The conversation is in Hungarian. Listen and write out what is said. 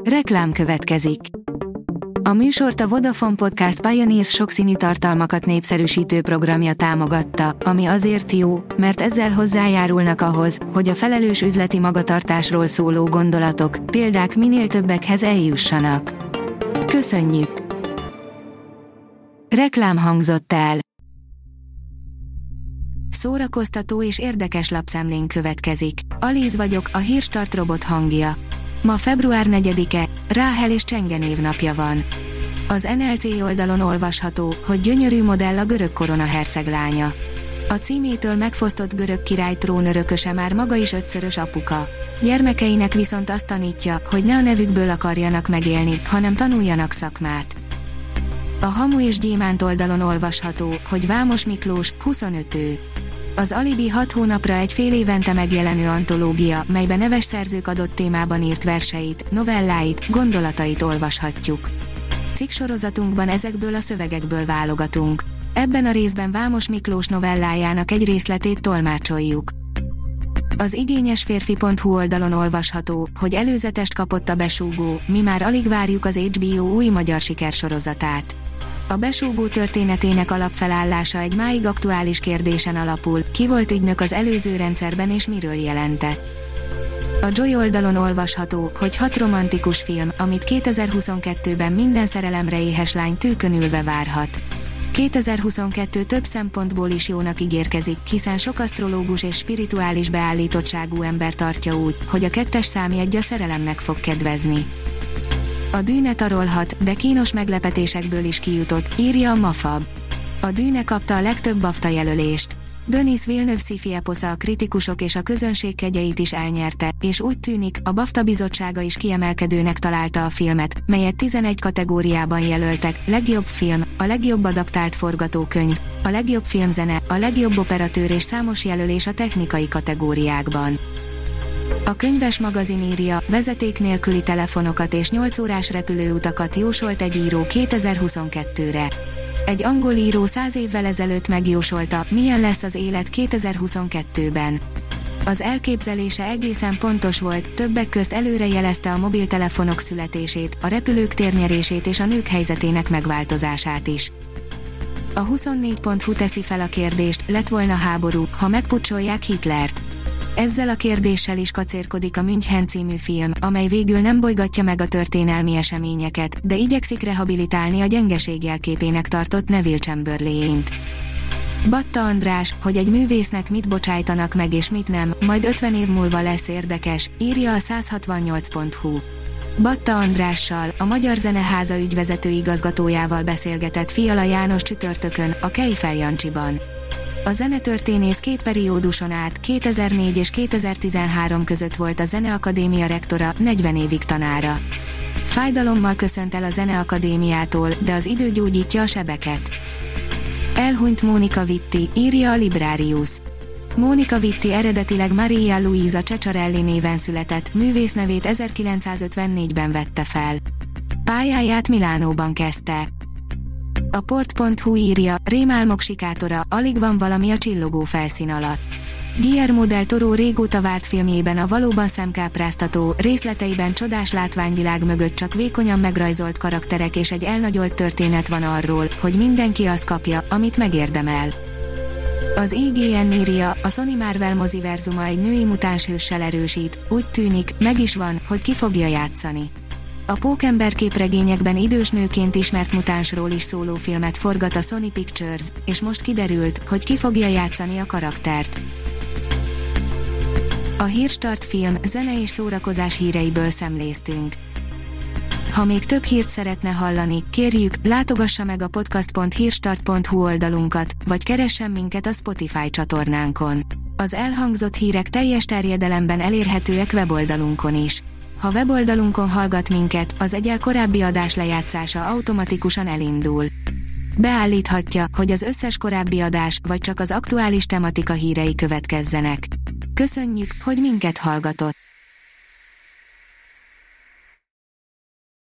Reklám következik. A műsort a Vodafone Podcast Pioneers sokszínű tartalmakat népszerűsítő programja támogatta, ami azért jó, mert ezzel hozzájárulnak ahhoz, hogy a felelős üzleti magatartásról szóló gondolatok, példák minél többekhez eljussanak. Köszönjük! Reklám hangzott el. Szórakoztató és érdekes lapszemlén következik. Alíz vagyok, a Hírstart robot hangja. Ma február 4-e, Ráhel és Csenge névnapja van. Az NLC oldalon olvasható, hogy gyönyörű modell a görög korona herceglánya. A címétől megfosztott görög király trónörököse már maga is 5-szörös apuka. Gyermekeinek viszont azt tanítja, hogy ne a nevükből akarjanak megélni, hanem tanuljanak szakmát. A Hamu és Gyémánt oldalon olvasható, hogy Vámos Miklós, 25 ő. Az Alibi 6 hónapra egy fél évente megjelenő antológia, melyben neves szerzők adott témában írt verseit, novelláit, gondolatait olvashatjuk. Cikksorozatunkban ezekből a szövegekből válogatunk. Ebben a részben Vámos Miklós novellájának egy részletét tolmácsoljuk. Az igényesférfi.hu oldalon olvasható, hogy előzetest kapott a Besúgó, mi már alig várjuk az HBO új magyar sikersorozatát. A Besúgó történetének alapfelállása egy máig aktuális kérdésen alapul, ki volt ügynök az előző rendszerben és miről jelentett. A Joy oldalon olvasható, hogy 6 romantikus film, amit 2022-ben minden szerelemre éhes lány tűkön ülve várhat. 2022 több szempontból is jónak ígérkezik, hiszen sok asztrológus és spirituális beállítottságú ember tartja úgy, hogy a 2. számjegy a szerelemnek fog kedvezni. A Dűne tarolhat, de kínos meglepetésekből is kijutott, írja a Mafab. A Dűne kapta a legtöbb BAFTA jelölést. Denis Villeneuve sci-fi eposza a kritikusok és a közönség kegyeit is elnyerte, és úgy tűnik, a BAFTA bizottsága is kiemelkedőnek találta a filmet, melyet 11 kategóriában jelöltek: legjobb film, a legjobb adaptált forgatókönyv, a legjobb filmzene, a legjobb operatőr és számos jelölés a technikai kategóriákban. A Könyves magazin írja, vezeték nélküli telefonokat és 8 órás repülőutakat jósolt egy író 2022-re. Egy angol író 100 évvel ezelőtt megjósolta, milyen lesz az élet 2022-ben. Az elképzelése egészen pontos volt, többek közt előre jelezte a mobiltelefonok születését, a repülők térnyerését és a nők helyzetének megváltozását is. A 24.hu teszi fel a kérdést, lett volna háború, ha megpucsolják Hitlert. Ezzel a kérdéssel is kacérkodik a München című film, amely végül nem bolygatja meg a történelmi eseményeket, de igyekszik rehabilitálni a gyengeség jelképének tartott Neville Chamberlaint. Batta András, hogy egy művésznek mit bocsájtanak meg és mit nem, majd 50 év múlva lesz érdekes, írja a 168.hu. Batta Andrással, a Magyar Zeneháza ügyvezető igazgatójával beszélgetett Fiala János csütörtökön, a Kejfel Jancsiban. A zenetörténész 2 perióduson át, 2004 és 2013 között volt a Zeneakadémia rektora, 40 évig tanára. Fájdalommal köszönt el a Zeneakadémiától, de az idő gyógyítja a sebeket. Elhunyt Mónika Vitti, írja a Librarius. Mónika Vitti eredetileg Maria Luisa Ceccarelli néven született, művésznevét 1954-ben vette fel. Pályáját Milánóban kezdte. A port.hu írja, rémálmok sikátora, alig van valami a csillogó felszín alatt. Guillermo del Toro régóta várt filmjében a valóban szemkápráztató, részleteiben csodás látványvilág mögött csak vékonyan megrajzolt karakterek és egy elnagyolt történet van arról, hogy mindenki azt kapja, amit megérdemel. Az IGN írja, a Sony Marvel moziverzuma egy női mutáns hőssel erősít, úgy tűnik, meg is van, hogy ki fogja játszani. A Pókember képregényekben idős nőként ismert mutánsról is szóló filmet forgat a Sony Pictures, és most kiderült, hogy ki fogja játszani a karaktert. A Hírstart film, zene és szórakozás híreiből szemléztünk. Ha még több hírt szeretne hallani, kérjük, látogassa meg a podcast.hírstart.hu oldalunkat, vagy keressen minket a Spotify csatornánkon. Az elhangzott hírek teljes terjedelemben elérhetőek weboldalunkon is. Ha weboldalunkon hallgat minket, az egyel korábbi adás lejátszása automatikusan elindul. Beállíthatja, hogy az összes korábbi adás, vagy csak az aktuális tematika hírei következzenek. Köszönjük, hogy minket hallgatott!